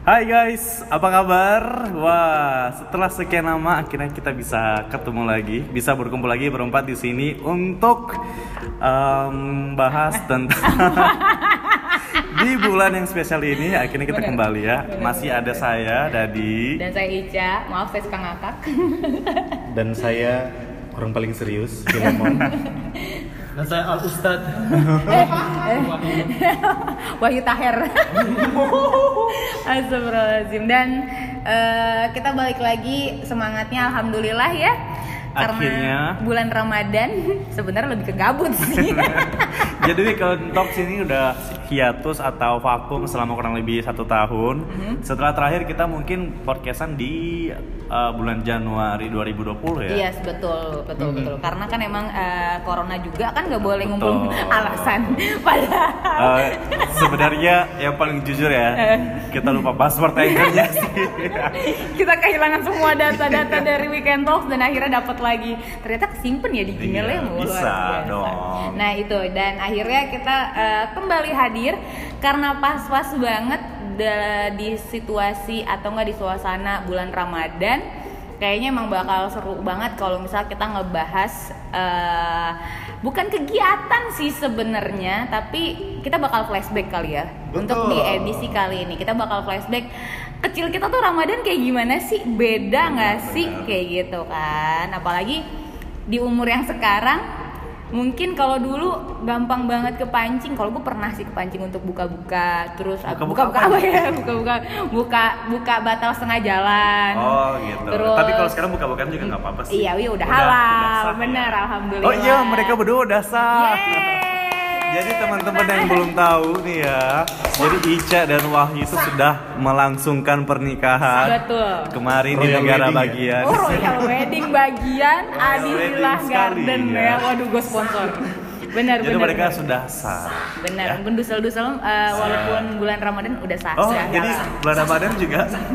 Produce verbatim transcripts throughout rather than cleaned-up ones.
Hai guys, apa kabar? Wah, setelah sekian lama akhirnya kita bisa ketemu lagi, bisa berkumpul lagi berempat di sini untuk um, bahas tentang di bulan yang spesial ini. Akhirnya kita Bener. kembali ya. Bener, Masih bener, ada bener. saya, Dadi. Dan saya Ica, maaf saya suka ngakak. Dan saya orang paling serius, Filemon. Dan saya Al Ustad. Wahyu Taher. Astagfirullahaladzim. Dan eh, kita balik lagi, semangatnya alhamdulillah ya. Karena Akhirnya. bulan Ramadan sebenarnya lebih ke gabut sih. Jadi kalau Talks ini udah hiatus atau vakum selama kurang lebih satu tahun. Mhm. Setelah terakhir kita mungkin podcastan di uh, bulan Januari dua ribu dua puluh ya. Iya, yes, betul, betul, betul. Karena kan emang eh, corona juga kan nggak boleh Betul. ngumpul alasan. Padahal Uh, sebenarnya yang paling jujur ya, kita lupa password anchornya sih. kita kehilangan semua data-data dari Weekend Talks dan akhirnya dapat lagi. Ternyata kesimpan ya di Gmail Iya, ya, luar bisa biasa. dong. Nah itu, dan akhirnya kita eh, kembali hadir karena pas-pas banget da- di situasi atau enggak di suasana bulan Ramadan. Kayaknya emang bakal seru banget kalau misalnya kita ngebahas eh, bukan kegiatan sih sebenarnya, tapi kita bakal flashback kali ya. Betul. Untuk di edisi kali ini kita bakal flashback kecil kita tuh Ramadan kayak gimana sih, beda nggak sih kayak gitu kan. Apalagi di umur yang sekarang, mungkin kalau dulu gampang banget kepancing. Kalau gue pernah sih kepancing untuk buka-buka, terus Buka-buka buka-buka apa? apa ya, buka-buka buka buka batal setengah jalan. Oh gitu. Terus- Tapi kalau sekarang buka-bukaan juga nggak apa-apa sih. Iya, iya udah halal, sah, bener, ya. alhamdulillah. Oh iya, mereka berdua udah sah. Yeay. Jadi teman-teman yang belum tahu nih ya, jadi Ica dan Wahyu itu sudah melangsungkan pernikahan. Betul. Kemarin di Royal negara wedding ya? bagian. Oh, Royal Wedding bagian Adi wedding Villa sekali, Garden ya. ya. Waduh, gue sponsor. Benar, Jadi benar. mereka benar. sudah sah. Benar, ya. gendusel-dusel uh, walaupun bulan Ramadan udah sah. Oh, sudah jadi halal. bulan Ramadan juga.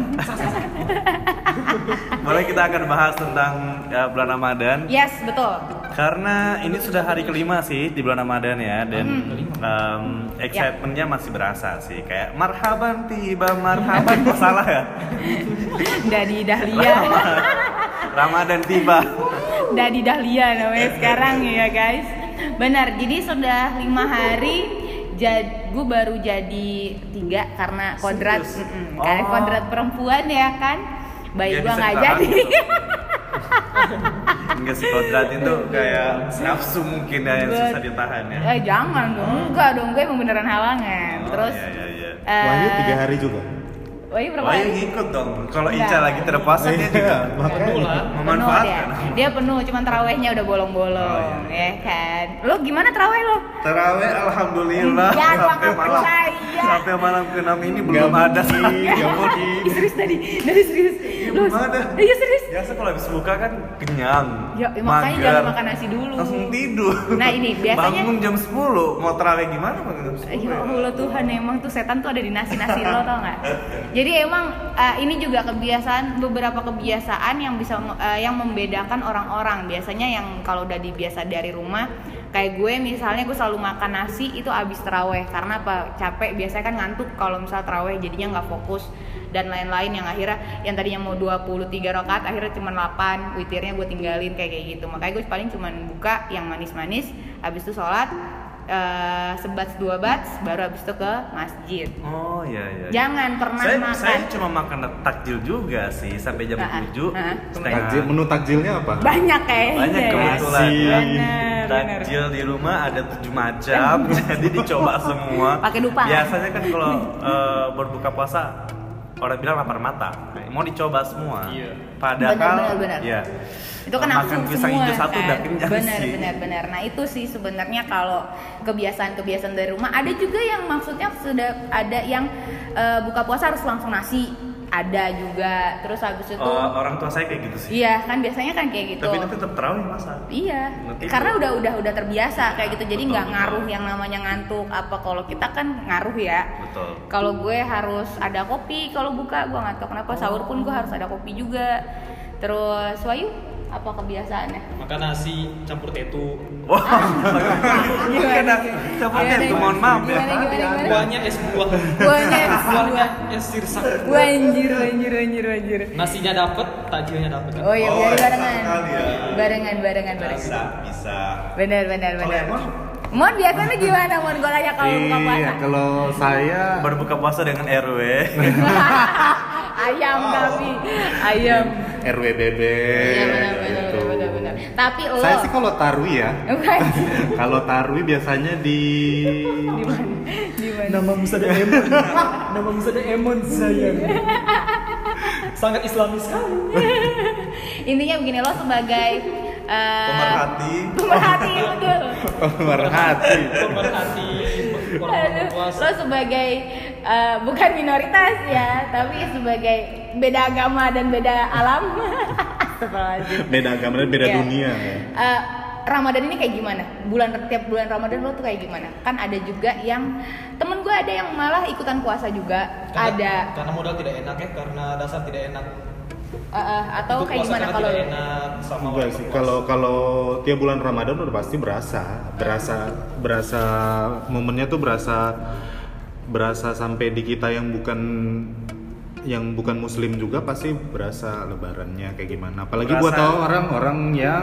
Boleh kita akan bahas tentang ya, bulan Ramadan. Yes, betul. Karena ini sudah hari kelima sih di bulan Ramadan ya, dan Hmm. um, Ya. excitementnya masih berasa sih, kayak marhaban tiba marhaban. Kok salah ya? Dadi Dahlia. Ramadan tiba. Dadi Dahlia namanya sekarang ya, guys. Benar. Jadi sudah lima hari. Jadi gue baru jadi tiga karena kodrat, Serius? mm-mm, karena Oh. kodrat perempuan ya kan. Bayi Ya, gue bisa nggak ditahan jadi. gitu. Enggak sih, kodrat itu kayak nafsu mungkin ya yang susah ditahan ya. Eh jangan dong, enggak dong, gue emang beneran halangan. Oh, Terus iya, iya, iya. eh, Wahyu tiga hari juga. Wahyu berapa Wah, hari? ngikut dong. Kalau Enggak. Ica lagi terpuasa dia juga Iya, makanya. Penuh lah. Penuh memanfaatkan. dia. Dia penuh, cuman tarawehnya udah bolong-bolong, Oh, iya. ya kan. Lo gimana taraweh lo? Terawih alhamdulillah Enggak, gua sampai nggak malam percaya. sampai malam keenam ini Nggak belum ada mungkin, nggak mungkin. Ih, serius tadi, dari serius. Lo, belum ada. Iya serius. Biasa kalau habis buka kan kenyang. Ya, ya makanya mager, jangan makan nasi dulu. Langsung tidur. Nah, ini biasanya- bangun jam sepuluh, mau terawih gimana bangun jam sepuluh? Ya Allah Tuhan, emang tuh setan tuh ada di nasi-nasi lo, tau gak? Jadi emang uh, ini juga kebiasaan, beberapa kebiasaan yang bisa uh, yang membedakan orang-orang. Biasanya yang kalau udah dibiasa dari rumah, kayak gue misalnya gue selalu makan nasi itu abis terawih. Karena apa? Capek, biasanya kan ngantuk kalau misal terawih, jadinya nggak fokus dan lain-lain, yang akhirnya yang tadinya mau dua puluh tiga rakaat akhirnya cuma delapan, witirnya gue tinggalin kayak kayak gitu. Makanya gue paling cuma buka yang manis-manis, habis itu sholat, eh, sebats dua bats, baru habis itu ke masjid. Oh iya iya. Jangan pernah saya, makan. saya cuma makan takjil juga sih sampai jam Ah, ah, tujuh. ah, ah. setengah. Takjil, menu takjilnya apa? Banyak kayaknya. Banyak ya. kebetulan Nasi. ya. Bener, bener. Takjil di rumah ada tujuh macam, jadi dicoba semua. Pakai dupa. Biasanya kan kalau eh, berbuka puasa orang bilang lapar mata, mau dicoba semua. Iya. Padahal, Benar, benar, benar. ya. Itu kan makan nafsu pisang semua hijau satu kan. udah kenyang benar, sih. benar, benar. Nah itu sih sebenarnya kalau kebiasaan-kebiasaan dari rumah. Ada juga yang maksudnya sudah ada yang eh, buka puasa harus langsung nasi. Ada juga. Terus habis itu. Oh, orang tua saya kayak gitu sih. Iya kan biasanya kan kayak gitu. Tapi itu tetap terawih masa. Iya, Nanti karena itu- udah udah udah terbiasa kayak gitu, jadi Betul, nggak betul. ngaruh yang namanya ngantuk apa. Kalau kita kan ngaruh ya. Betul. Kalau gue harus ada kopi kalau buka, gue nggak tahu kenapa sahur pun gue harus ada kopi juga. Terus Wahyu apa kebiasaannya? Makan nasi campur tetu. Wah, gimana? Coba Gimana, deh, mohon maaf ya. gimana, gimana, gimana? Buahnya es buah. Buahnya es Buahnya buah. es sirsak. Wanjir, wanjir, wanjir, wanjir. Nasinya dapet, takjilnya dapet. Oh iya, Oh, biar enak barengan. sekali ya. Barengan, barengan, barengan. Bisa, bisa. Benar, benar, benar. Mon biasanya gimana Mon? Gue nanya kalau buka puasa. Iya, kalau saya Berbuka puasa dengan R W. Ayam kami, ayam. R W B B. Iya benar, benar, gitu. benar, benar. Tapi lo. Saya sih kalau tarwi ya. Wanjir. Kalau tarwi biasanya di Di mana? Di mana? Nama Musa dan Emon. Nama Musa dan Emon sayang. Sangat Islami sekali. Intinya begini, lo sebagai eh, Pemerhati. pemerhati betul. pemerhati. Pemerhati. Aduh, lo sebagai eh, bukan minoritas ya, tapi sebagai beda agama dan beda alam. Astagfirullahaladzim. Beda agama dan beda Iya. dunia. Eh, Ramadan ini kayak gimana? Bulan tiap bulan Ramadan lo tuh kayak gimana? Kan ada juga yang temen gue ada yang malah ikutan puasa juga. Karena, ada Karena modal tidak enak ya, karena dasar tidak enak. eh, eh, atau Untuk kayak puasa gimana karena kalau tidak lo? enak sama Enggak orang sih, berpuasa. kalau kalau tiap bulan Ramadan udah pasti berasa, berasa, berasa momennya tuh berasa, berasa sampai di kita yang bukan yang bukan Muslim juga pasti berasa Lebarannya kayak gimana. Apalagi Berasa. buat orang-orang yang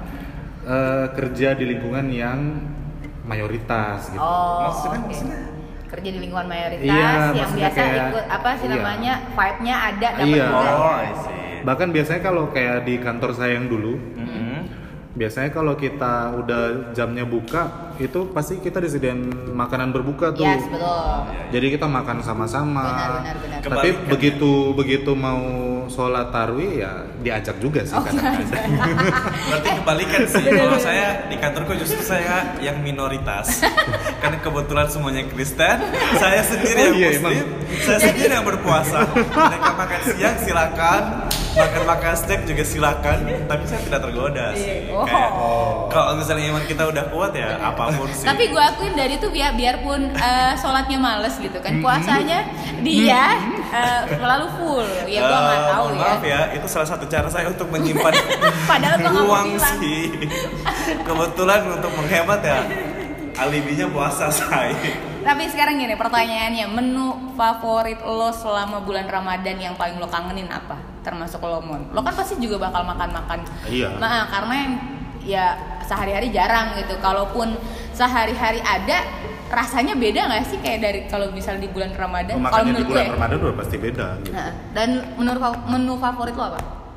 eh, kerja di lingkungan yang mayoritas gitu. Oh, Maksudnya- oke. maksudnya? Kerja di lingkungan mayoritas Iya, yang maksudnya biasa kayak- ikut apa sih iya. namanya vibe-nya ada dapat Iya. juga. Oh, I see. Bahkan biasanya kalau kayak di kantor saya yang dulu, Mhm. biasanya kalau kita udah jamnya buka, itu pasti kita disediain makanan berbuka tuh. Yes, betul. Jadi kita makan sama-sama. Benar, benar, benar. Tapi Kebalikan. begitu begitu mau sholat tarwih ya diajak juga sih Oh, kadang-kadang. Berarti kebalikan sih. Kalau saya di kantorku justru saya yang minoritas. Karena kebetulan semuanya Kristen, saya sendiri Oh yang iya, Muslim, saya sendiri yang berpuasa. Mereka makan siang silakan, makan makan steak juga silakan, tapi saya tidak tergoda sih. Iya. Oh. Kayak, kalau misalnya iman kita udah kuat ya apapun sih. Tapi gue akuin dari itu biar biarpun eh, sholatnya males gitu kan, puasanya dia eh, selalu full. Ya gue Eh, nggak tahu mohon ya. maaf ya, itu salah satu cara saya untuk menyimpan Padahal gua nggak mau uang bilang. sih. Kebetulan untuk menghemat ya, alibinya puasa saya. Tapi sekarang gini pertanyaannya, menu favorit lo selama bulan Ramadan yang paling lo kangenin apa? Termasuk lo Mon. Lo kan pasti juga bakal makan-makan. Iya. Nah, karena yang ya sehari-hari jarang gitu. Kalaupun sehari-hari ada, rasanya beda nggak sih kayak dari kalau misal di bulan Ramadan? Kalau Makannya di menurut bulan gue. Ramadan udah pasti beda gitu. Nah, dan menurut fa- menu favorit lo apa?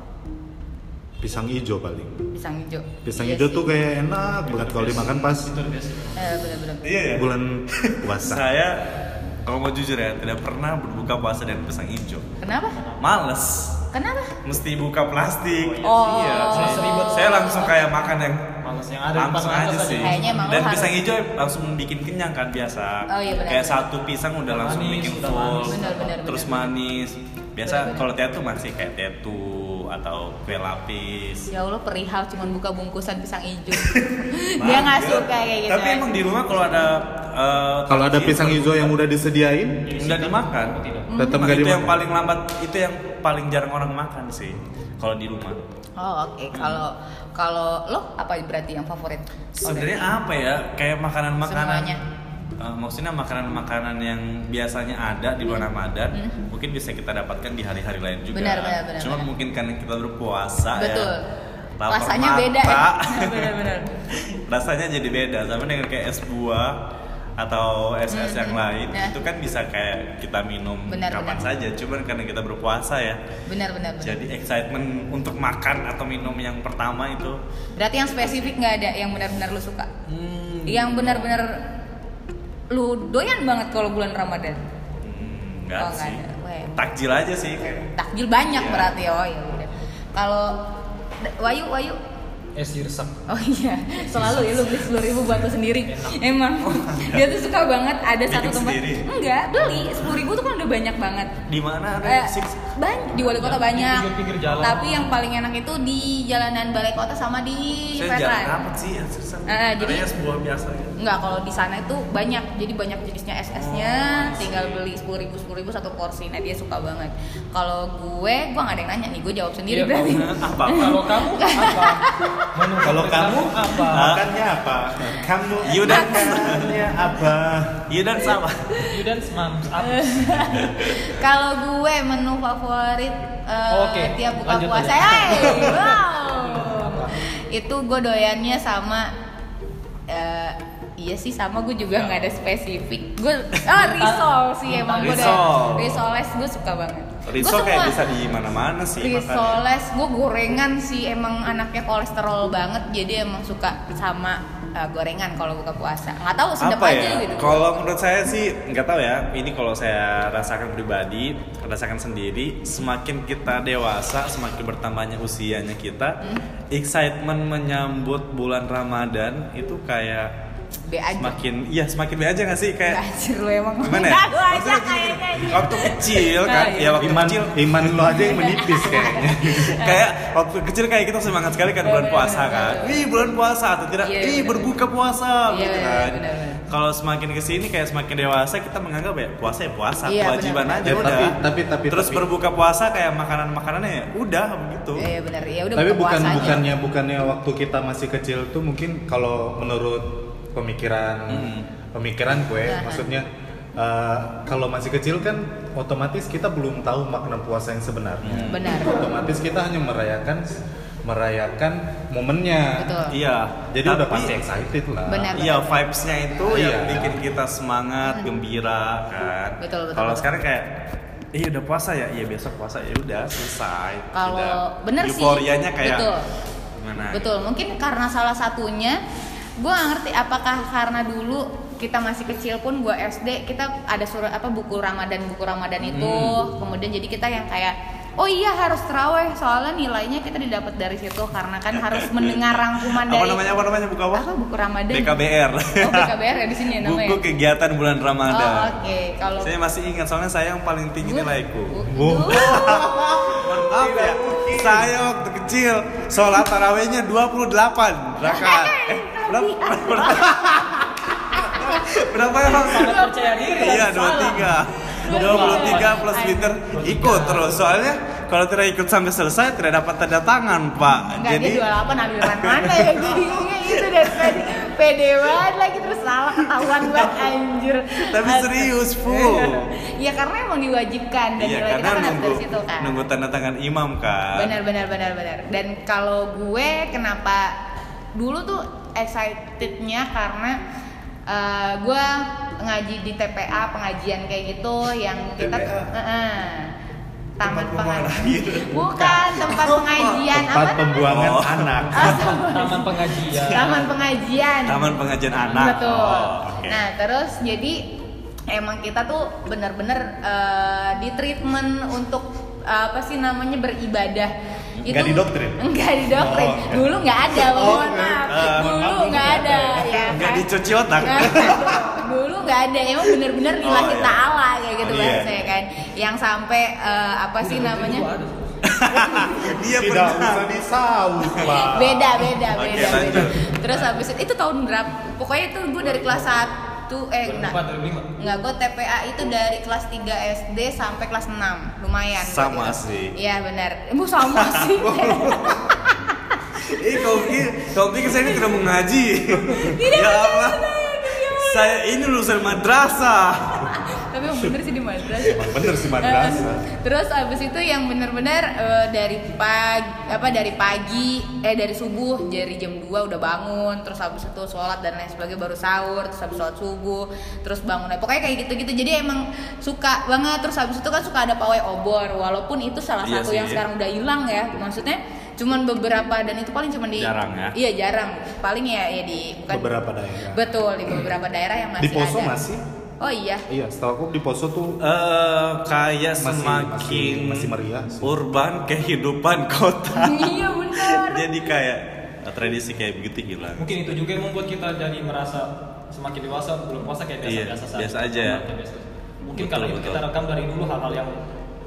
Pisang hijau paling. Pisang hijau. Pisang Iya hijau sih. tuh kayak enak banget kalau dimakan pas Eh, bener-bener. Iya ya. bulan puasa. Saya kalau mau jujur ya, tidak pernah berbuka puasa dengan pisang hijau. Kenapa? Males. Kenapa? Mesti buka plastik. Oh. Iya. Saya, saya langsung kayak makan yang Males yang ada langsung dipangkas aja aja. sih. Kayaknya emang Dan lo pisang harus- hijau langsung bikin kenyang kan biasa. Oh iya, benar, Kayak benar. satu pisang udah langsung manis, bikin udah full. manis. Benar, benar, Terus benar. manis. Biasa Benar, benar. kalau tetu masih kayak tetu atau kue lapis. Ya Allah perihal cuman buka bungkusan pisang hijau. Dia nggak Maaf, suka ya. kayak gitu. Tapi emang di rumah kalau ada eh, Kalau ada takjil, pisang hijau yang udah disediain, nggak dimakan. tetap Emang nggak itu yang dimakan. paling lambat, itu yang paling jarang orang makan sih kalau di rumah. Oh oke. Kalau kalau lo apa berarti yang favorit? Sebenarnya apa ya? Kayak makanan-makanan. Semuanya. Eh, maksudnya makanan-makanan yang biasanya ada di bulan Ramadan, Hmm. mungkin bisa kita dapatkan di hari-hari lain juga. Benar, benar, benar, Cuma benar. mungkin karena kita berpuasa Betul. ya. lapar Rasanya mata, beda ya. Benar-benar. Rasanya jadi beda. Sama dengan kayak es buah atau es es yang Hmm, lain, nah. itu kan bisa kayak kita minum Benar, kapan benar. saja. Cuman karena kita berpuasa ya, Benar-benar. jadi excitement untuk makan atau minum yang pertama itu. Berarti yang spesifik nggak ada yang benar-benar lo suka? Hmm, Yang benar-benar lu doyan banget kalau bulan Ramadan? hmm, nggak Oh, nggak sih. ada. Weh. Takjil aja sih kayak. Takjil banyak Iya. berarti oh ya udah. Kalau Wayu Wayu Es sirsak. oh iya, selalu ya lu beli sepuluh ribu buat lu sendiri. Emang dia tuh suka banget ada Bikin satu tempat. sendiri? Enggak, beli sepuluh ribu tuh kan udah banyak banget. Di mana ada Eh, six? banyak di wali kota Di banyak. pinggir-pinggir jalan. Tapi yang paling enak itu di jalanan balai kota sama di Saya jarang Veteran. dapat sih yang susah. Eh, jadi- Adanya sebuah biasa ya. Enggak, kalau di sana itu banyak, jadi banyak jenisnya es esnya, tinggal beli sepuluh ribu sepuluh ribu satu porsi. Nah dia suka banget. Kalau gue, gue nggak ada yang nanya nih, gue jawab sendiri Iya, berarti. Apa? Kalau kamu apa? Menu Kalau favorit kamu apa? makannya apa? Kamu Yudan. makannya apa? Iya dan sama. Yudan mams up. Kalau gue menu favorit eh, Oke, tiap buka lanjut puasa, aja. hey, wow. Itu gue doyannya sama eh, iya sih sama, gue juga nggak ada spesifik. Gue oh risol sih emang gue Risol. doyan. Risoles gue suka banget. Risol Gua kayak semua- bisa di mana-mana sih makannya. Risoles, gue gorengan sih emang anaknya kolesterol banget, jadi emang suka sama uh, gorengan kalau buka puasa. Nggak tahu sedap Apa aja ya? gitu. Kalau menurut saya sih nggak tahu ya. Ini kalau saya rasakan pribadi, rasakan sendiri. Semakin kita dewasa, semakin bertambahnya usianya kita, Hmm. excitement menyambut bulan Ramadan itu kayak B aja. semakin, iya semakin be aja nggak sih kayak Anjir lu emang. gimana ya? Nggak, gua aja Maksudnya gini, kayaknya. waktu kecil kan, Ah, iya. ya waktu Iman, kecil iman lo aja yang menipis kayaknya. kayak waktu kecil kayak kita semangat sekali kan bulan Bener, puasa bener, kan. bener. Ih bulan puasa atau tidak? Iya, Ih bener. berbuka puasa Iya, gitu bener, kan. bener, bener. Kalau semakin kesini kayak semakin dewasa kita menganggap ya puasa ya puasa, Iya, kewajiban bener, aja bener. udah. Tapi- tapi- tapi- Terus tapi- berbuka puasa kayak makanan-makanannya ya udah begitu. Iya benar, ya udah Tapi buka bukan puasa aja. bukannya bukannya waktu kita masih kecil tuh mungkin kalau menurut pemikiran Hmm. pemikiran gue, Nah. maksudnya eh, kalau masih kecil kan otomatis kita belum tahu makna puasa yang sebenarnya. Benar. Otomatis kita hanya merayakan merayakan momennya. Betul. Iya. Jadi udah Tapi- pasti excited lah. Benar. Iya vibes-nya itu Iya. yang bikin kita semangat, gembira kan. Betul, betul, Kalau betul. sekarang kayak iya udah puasa ya, iya besok puasa ya udah selesai. Kalau Udah. bener sih. Euforianya kayak Betul. gimana? Betul, mungkin karena salah satunya gue gak ngerti apakah karena dulu kita masih kecil pun gue S D kita ada surat apa buku Ramadan buku Ramadan itu Hmm. kemudian jadi kita yang kayak oh iya harus terawih soalnya nilainya kita didapat dari situ karena kan harus mendengar rangkuman Apa dari namanya? Apa namanya buka apa? apa buku Ramadan B K B R. oh B K B R ya di sini ya namanya. Buku kegiatan bulan Ramadan. Oh, oke. Kalau Saya masih ingat soalnya saya yang paling tinggi Gua- nilaiku. Gua- Mohon maaf ya. Saya waktu kecil sholat tarawihnya dua puluh delapan rakaat. Eh, berapa? Berapa ya Bang? Sangat percaya diri. Iya, dua puluh tiga. dua puluh tiga plus Twitter ikut terus. Soalnya kalau tidak ikut sampai selesai tidak dapat tanda tangan, Pak. Enggak, Jadi dia dua puluh delapan aliran mana ya jadinya itu deh pede, pede banget lagi terus salah ketahuan banget anjir. tapi serius full. Ya karena emang diwajibkan dan Iya, nilai kita karena kan harus nunggu dari situ kan. nunggu tanda tangan imam kan. Benar benar benar benar. Dan kalau gue kenapa dulu tuh excitednya karena eh, gue ngaji di T P A pengajian kayak gitu yang kita T P A? Heeh. Taman Tempat pengajian pembuangan. bukan tempat pengajian Tempat apa namanya? pembuangan Oh. anak. Taman pengajian. Taman pengajian. Taman pengajian anak. Betul. Oh, oke. Nah, terus jadi emang kita tuh benar-benar eh, di treatment untuk eh, apa sih namanya beribadah. Nggak didoktrin? Enggak didoktrin. Oh, enggak. Dulu nggak ada, Oh, mohon maaf. eh, Dulu nggak ada, ya Nggak kan? dicuci otak. Dulu nggak ada, emang bener-bener lillahi iya. ta'ala kayak gitu Iya. bahasanya kan. Yang sampai eh, apa sih namanya? Dia Tidak pernah. usah disaut, Pak. beda beda Oke, beda lanjut. beda terus habis itu, itu tahun berapa pokoknya itu gue dari kelas satu eh nah, dua ribu empat, dua ribu lima. nggak gue T P A itu dari kelas tiga S D sampai kelas enam lumayan Sama berarti. sih. Iya benar ibu sama sih Eh, kau pikir, kau pikir saya ini tidak mengaji? Ya Allah. Saya ini lulusan madrasah. tapi yang bener sih di madrasah Emang bener sih madrasah. terus abis itu yang bener-bener eh, dari pagi apa dari pagi eh dari subuh dari jam dua udah bangun terus abis itu sholat dan lain sebagainya baru sahur terus abis sholat subuh terus bangun pokoknya kayak gitu-gitu jadi emang suka banget terus abis itu kan suka ada pawai obor walaupun itu salah Iya satu sih. yang sekarang udah hilang ya maksudnya cuman beberapa dan itu paling cuman di Jarang ya? iya jarang paling ya ya di bukan Beberapa daerah. betul di beberapa daerah yang masih Di Poso ada masih? oh iya Iya, setahu aku di Poso tuh Eh, kayak Masih- semakin masih- masih meriah sih. urban kehidupan kota. iya benar Jadi kayak eh, tradisi kayak begitu hilang. Mungkin itu juga yang membuat kita jadi merasa semakin dewasa belum puasa kayak Iya, biasa-biasa saja. biasa aja. Kayak biasa. Mungkin Betul, kalau betul. kita rekam dari dulu hal-hal yang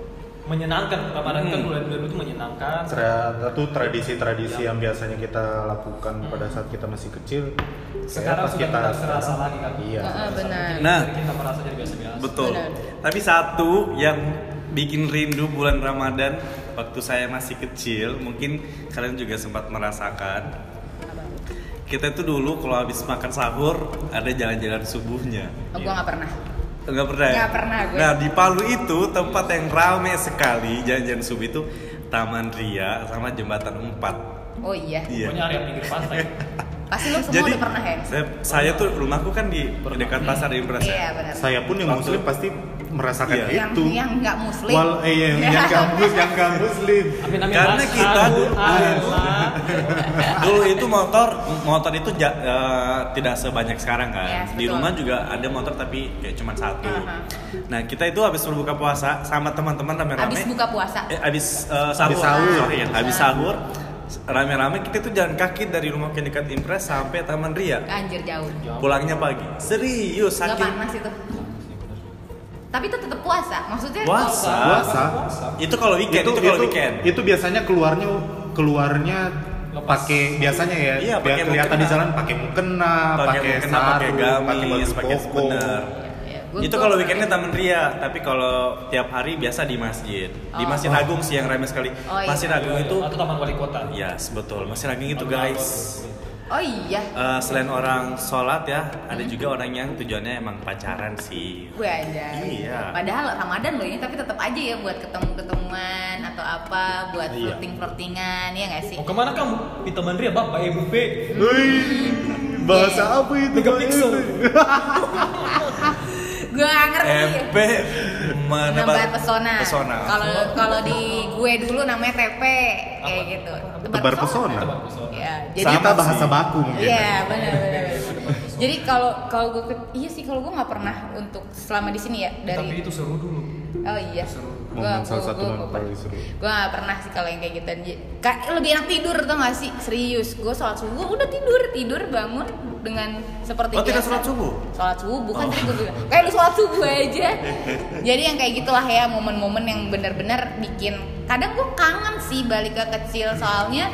menyenangkan. Ramadan kan Hmm. bulan baru itu menyenangkan. Ternyata tuh tradisi-tradisi yang biasanya kita lakukan pada saat kita masih kecil Sekarang kayak pas sudah tidak terasa lagi kan. Iya. Heeh, benar. Nah. Jadi kita merasa jadi biasa-biasa. Betul. Benar. Tapi satu yang bikin rindu bulan Ramadan waktu saya masih kecil, mungkin kalian juga sempat merasakan. Kita itu dulu kalau habis makan sahur ada jalan-jalan subuhnya. Oh, gue nggak pernah. Enggak pernah. ya? Nggak pernah gue. Nah, di Palu itu tempat yang ramai sekali jalan-jalan subuh itu Taman Ria sama Jembatan Empat. Oh iya. Iya. Pokoknya area pinggir pantai. Pasti lu semua Jadi udah pernah ya? saya, saya tuh rumahku kan di dekat pasar Impres. Iya benar. Saya pun yang muslim pasti merasakan Iya. Yang itu. yang nggak muslim. Wal eh yang yang nggak mus yang nggak muslim. Amin-amin. Karena Mas. kita Aduh, dulu- Allah. Dulu itu motor motor itu ja- eh, tidak sebanyak sekarang kan. Yes, Di betul. rumah juga ada motor tapi kayak cuma satu. Aha. Nah, kita itu habis berbuka puasa sama teman-teman rame-rame. Abis buka puasa. Eh, habis eh, sahur. Habis sahur. Sorry ya, habis sahur. Rame-rame kita tuh jalan kaki dari rumah ke dekat Impres sampai Taman Ria. Anjir jauh. Pulangnya pagi. Serius Nggak saking panas itu. Tapi itu tetap puasa. Maksudnya puasa. Puasa. Itu kalau weekend, itu, kalau weekend. itu biasanya keluarnya keluarnya Lepas. pakai biasanya ya Iya, biar pakai kelihatan mukena. di jalan pakai mukena, Pakai pakai mukena, pakai sarung, gamis, pakai koko. bener. Ya, gua- Itu gua kalau pernah weekendnya itu. Taman Ria, tapi kalau tiap hari biasa di masjid. Di Oh. Masjid Agung sih yang ramai sekali. Oh, iya. Masjid Agung itu, Atau Taman Wali Kota. ya betul. Masjid Agung itu guys. Oh iya. eh, selain orang sholat ya, ada juga orang yang tujuannya emang pacaran sih. Gue aja. Iya. Padahal Ramadan loh ini, tapi tetap aja ya buat ketemu-ketemuan atau apa, buat Iya. flirting-flirtingan, ya nggak sih? Oh, kemana kamu? Di Taman Ria, Bapak Ibu P. Wih, bahasa apa itu? Megapixel. Gue nggak ngerti. E P Menebar pesona. Pesona. Kalau kalau di gue dulu namanya T P kayak gitu. Tebar pesona. Tebar pesona. Ya, jadi Sama bahasa baku mungkin. iya benar benar. benar. Jadi kalau kalau gue ke- iya sih kalau gue nggak pernah untuk selama di sini ya Tapi dari itu seru dulu. oh iya. Momen salah satu momen paling seru. Gue gak pernah sih kalau yang kayak gitu. Ka- lebih enak tidur tau gak sih? Serius, gue sholat subuh udah tidur, tidur bangun dengan seperti Oh, biasa. tidak sholat subuh? Sholat subuh, bukan Oh. tadi gue bilang kayak lu sholat subuh aja. Jadi yang kayak gitulah ya, momen-momen yang benar-benar bikin. Kadang gue kangen sih balik ke kecil, soalnya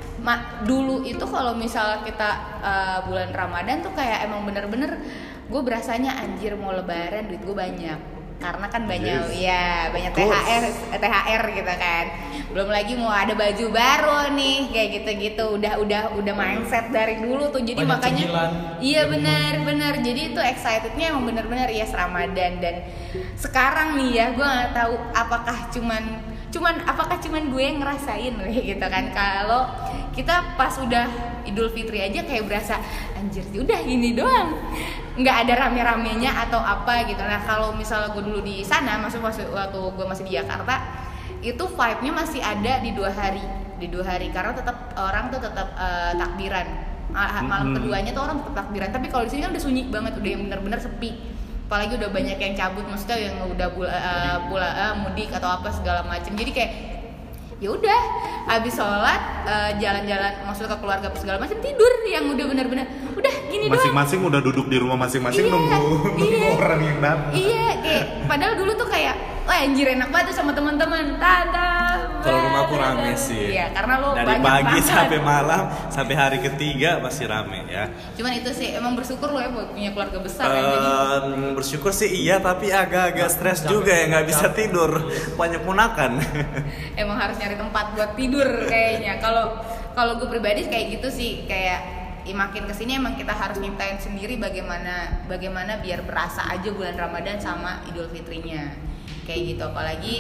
ma- dulu itu kalau misalnya kita uh, bulan Ramadan tuh kayak emang bener-bener gue berasanya anjir mau lebaran duit gue banyak. Karena kan banyak Yes. ya banyak T Of H course. R T H R gitu kan. Belum lagi mau ada baju baru nih kayak gitu-gitu. Udah udah udah mindset dari dulu tuh. Jadi Banyak makanya cemilan. iya benar benar. Jadi itu excitednya emang benar-benar yes Ramadan. Dan sekarang nih ya gue nggak tahu apakah cuman cuman apakah cuman gue yang ngerasain gitu kan. Kalau kita pas udah Idul Fitri aja kayak berasa anjir udah gini doang, nggak ada rame-ramenya atau apa gitu. Nah kalau misalnya gue dulu di sana, maksud waktu gue masih di Jakarta, itu vibe-nya masih ada di dua hari, di dua hari karena tetap orang tuh tetap uh, takbiran. Ma- Malam Hmm. keduanya tuh orang tetap takbiran. Tapi kalau di sini kan udah sunyi banget, udah yang benar-benar sepi. Apalagi udah banyak yang cabut, maksudnya yang udah bula, uh, pula uh, mudik atau apa segala macam. Jadi kayak ya udah habis sholat uh, jalan-jalan maksudnya ke keluarga segala macam tidur yang udah benar-benar udah gini doang. Masing-masing udah duduk di rumah masing-masing Iya, nunggu iya. orang yang datang. Iya, kayak padahal dulu tuh kayak wah anjir enak banget tuh sama teman-teman. Tanda. Kalau rumahku rame sih. Iya, karena lo dari banyak pagi banget. sampai malam sampai hari ketiga masih rame ya. Cuman itu sih emang bersyukur lo ya buat punya keluarga besar kan jadi. Ehm, bersyukur sih iya, tapi agak-agak stres juga ya, nggak bisa tidur, banyak ponakan. Emang harus nyari tempat buat tidur kayaknya. Kalau kalau gue pribadi kayak gitu sih, kayak ya makin kesini emang kita harus nyiptain sendiri bagaimana bagaimana biar berasa aja bulan Ramadan sama Idul Fitrinya kayak gitu. Apalagi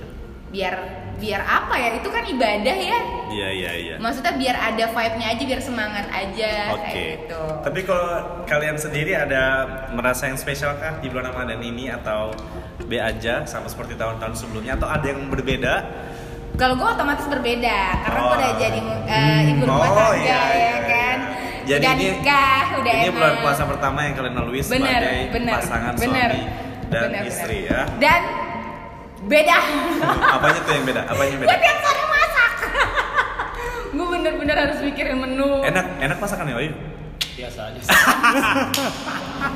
biar biar apa ya, itu kan ibadah ya. Iya iya iya. Maksudnya biar ada vibe-nya aja, biar semangat aja Oke. kayak gitu. Tapi kalau kalian sendiri ada merasa yang spesial kah di bulan Ramadan ini, atau B aja sama seperti tahun-tahun sebelumnya, atau ada yang berbeda? Kalau gue otomatis berbeda karena gue Oh. udah jadi uh, ibu rumah Oh, tangga iya, ya iya, kan. Jadi udah ini nikah, udah ini enak. bulan puasa pertama yang kalian lalui Bener, sebagai bener, pasangan bener, suami dan bener, istri bener. ya. Dan beda. Apanya tuh yang beda? Apanya yang Gue beda? tiap sore masak. Gue bener-bener harus mikirin menu. Enak, enak masakannya, Oyu? Biasa aja sih.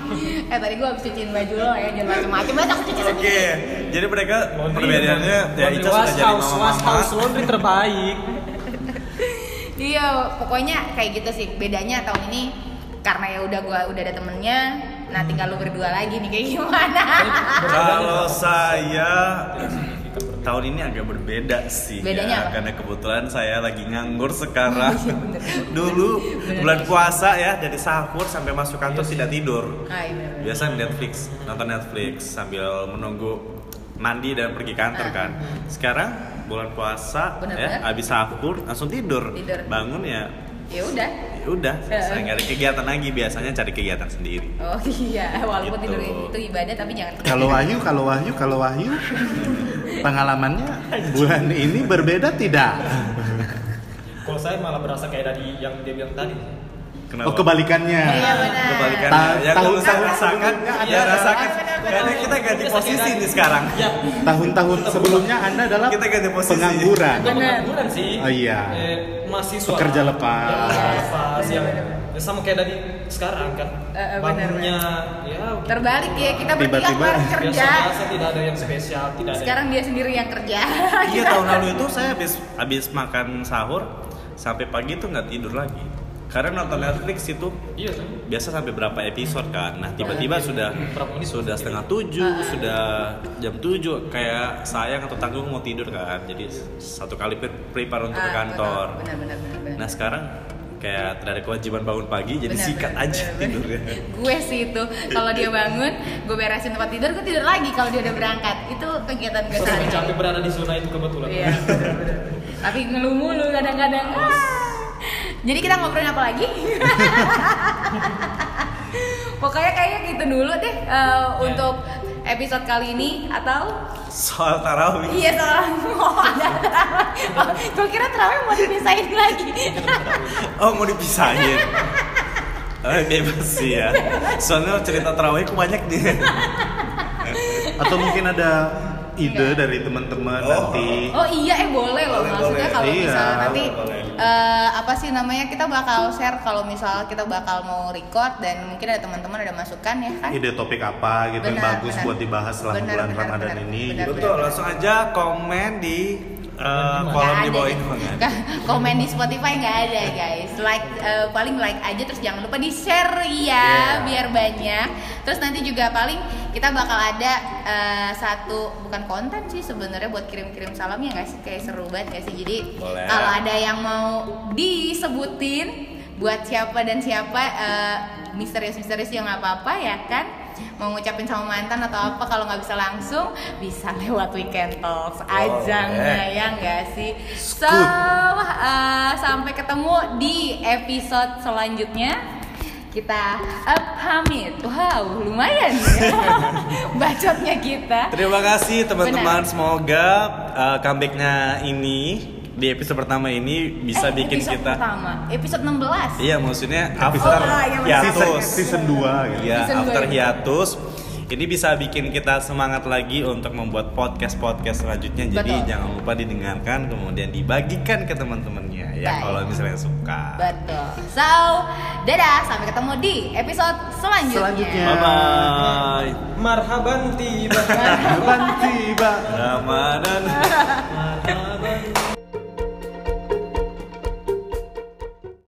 Eh tadi gue habis cuciin baju lo ya, jangan macem-macem, besok aku cuci Oke, sendiri. jadi mereka perbedaannya ya Ica sudah jadi house, was mama-mama. house laundry terbaik. Iya, pokoknya kayak gitu sih. Bedanya tahun ini karena ya udah gua udah ada temennya, nah tinggal lu berdua lagi nih kayak gimana? Kalau saya tahun ini agak berbeda sih. Bedanya ya, apa? karena kebetulan saya lagi nganggur sekarang. Iya, bener. Dulu Bener. bulan puasa ya, dari sahur sampai masuk kantor tidak tidur. Ah, iya, bener. Biasa Netflix, nonton Netflix sambil menunggu mandi dan pergi kantor kan. Sekarang bulan puasa Bener-bener. ya, habis sahur langsung tidur. Tidur. Bangun ya, Ya udah. ya udah, Eh. saya nggak ada kegiatan lagi. Biasanya cari kegiatan sendiri. Oh iya, walaupun Gitu. tidur itu ibadah tapi jangan. Kalau Wahyu, kalau Wahyu, kalau Wahyu, pengalamannya bulan ini berbeda tidak? Kalau saya malah berasa kayak tadi yang dia bilang tadi. Kenapa? Oh kebalikannya. Iya benar. Kebalikannya. Ta- Ya kalau tahun- saya tahun rasakan, sebelumnya ya ada- rasakan. Benar-benar. Karena kita ganti posisi nih sekarang. Ya, Tahun-tahun sebelumnya Anda adalah Kita ganti posisi. pengangguran. bukan Bener. pengangguran sih. Oh, iya. Eh, mahasiswa. Pekerja lepas. Ya, pekerja Iya. lepas yang ya sama kayak tadi sekarang kan. Eh, eh, Bangunnya ya Terbalik ya, kita bertiga Tiba-tiba kemarin kerja. biasa-biasa, tidak ada yang spesial, tidak ada. Sekarang dia sendiri yang kerja. Iya, tahun lalu itu saya habis habis makan sahur sampai pagi tuh nggak tidur lagi. Karena nonton Netflix itu Iya kan? biasa sampai berapa episode kan. Nah, tiba-tiba sudah Berapa menit? sudah setengah tujuh, sudah jam tujuh, kayak sayang atau tanggung mau tidur kan. Jadi satu kali pre- prepare untuk ke Ah, kantor. Benar benar benar. benar. Nah, sekarang kayak tidak ada kewajiban bangun pagi, jadi Benar, sikat benar, aja benar, benar. tidurnya. Gue sih itu kalau dia bangun, gue beresin tempat tidur, gue tidur lagi kalau dia udah berangkat. Itu kegiatan gue Sudah sehari. capek berada di zona itu kebetulan. Iya. Tapi ngeluh mulu kadang-kadang. Ah. Jadi kita ngobrolin apa lagi? Pokoknya kayaknya gitu dulu deh uh, untuk episode kali ini atau Soal tarawih. iya soal mau ada terawih. Oh, gue kira terawih mau dipisahin lagi. Oh, mau dipisahin. Oh, bebas sih ya. Soalnya cerita tarawih aku banyak nih. Atau mungkin ada ide Enggak. dari teman-teman Oh. nanti. Oh iya eh boleh loh Boleh, maksudnya boleh. kalau Iya, misalnya nanti boleh. eh, apa sih namanya kita bakal share kalau misalnya kita bakal mau record dan mungkin ada teman-teman ada masukan ya kan? Ide topik apa gitu yang Benar, bagus benar. buat dibahas selama Benar, bulan benar, Ramadan benar, ini. benar. gitu. Betul, langsung aja komen di uh, kolom di bawah ini. Bang. Komen di Spotify nggak ada guys. Like eh, paling like aja terus jangan lupa di share ya Yeah. biar banyak. Terus nanti juga paling kita bakal ada eh, satu bukan konten sih sebenarnya buat kirim-kirim salam ya nggak sih kayak seru banget nggak sih. Jadi Boleh. kalau ada yang mau disebutin buat siapa dan siapa eh, misterius-misterius yang nggak apa-apa ya kan. Mau ngucapin sama mantan atau apa kalau nggak bisa langsung bisa lewat Weekend Talks aja Boleh. nggak ya nggak sih. So Good. uh, sampai ketemu di episode selanjutnya. Kita uh, pamit. Wow, lumayan ya bacotnya kita. Terima kasih teman-teman. Benar. Semoga uh, comebacknya ini di episode pertama ini bisa Eh, bikin episode kita. pertama, episode enam belas. Iya, maksudnya after Oh, iya, iya, Season, hiatus. season dua gitu. Iya, Season after dua. hiatus. Ini bisa bikin kita semangat lagi untuk membuat podcast-podcast selanjutnya. Jadi Betul. jangan lupa didengarkan kemudian dibagikan ke teman-temannya ya Baik. kalau misalnya suka. Betul. So, dadah, sampai ketemu di episode selanjutnya. Selanjutnya. Bye bye. Marhaban tiba. Kapan tiba? Ramadan. Marhaban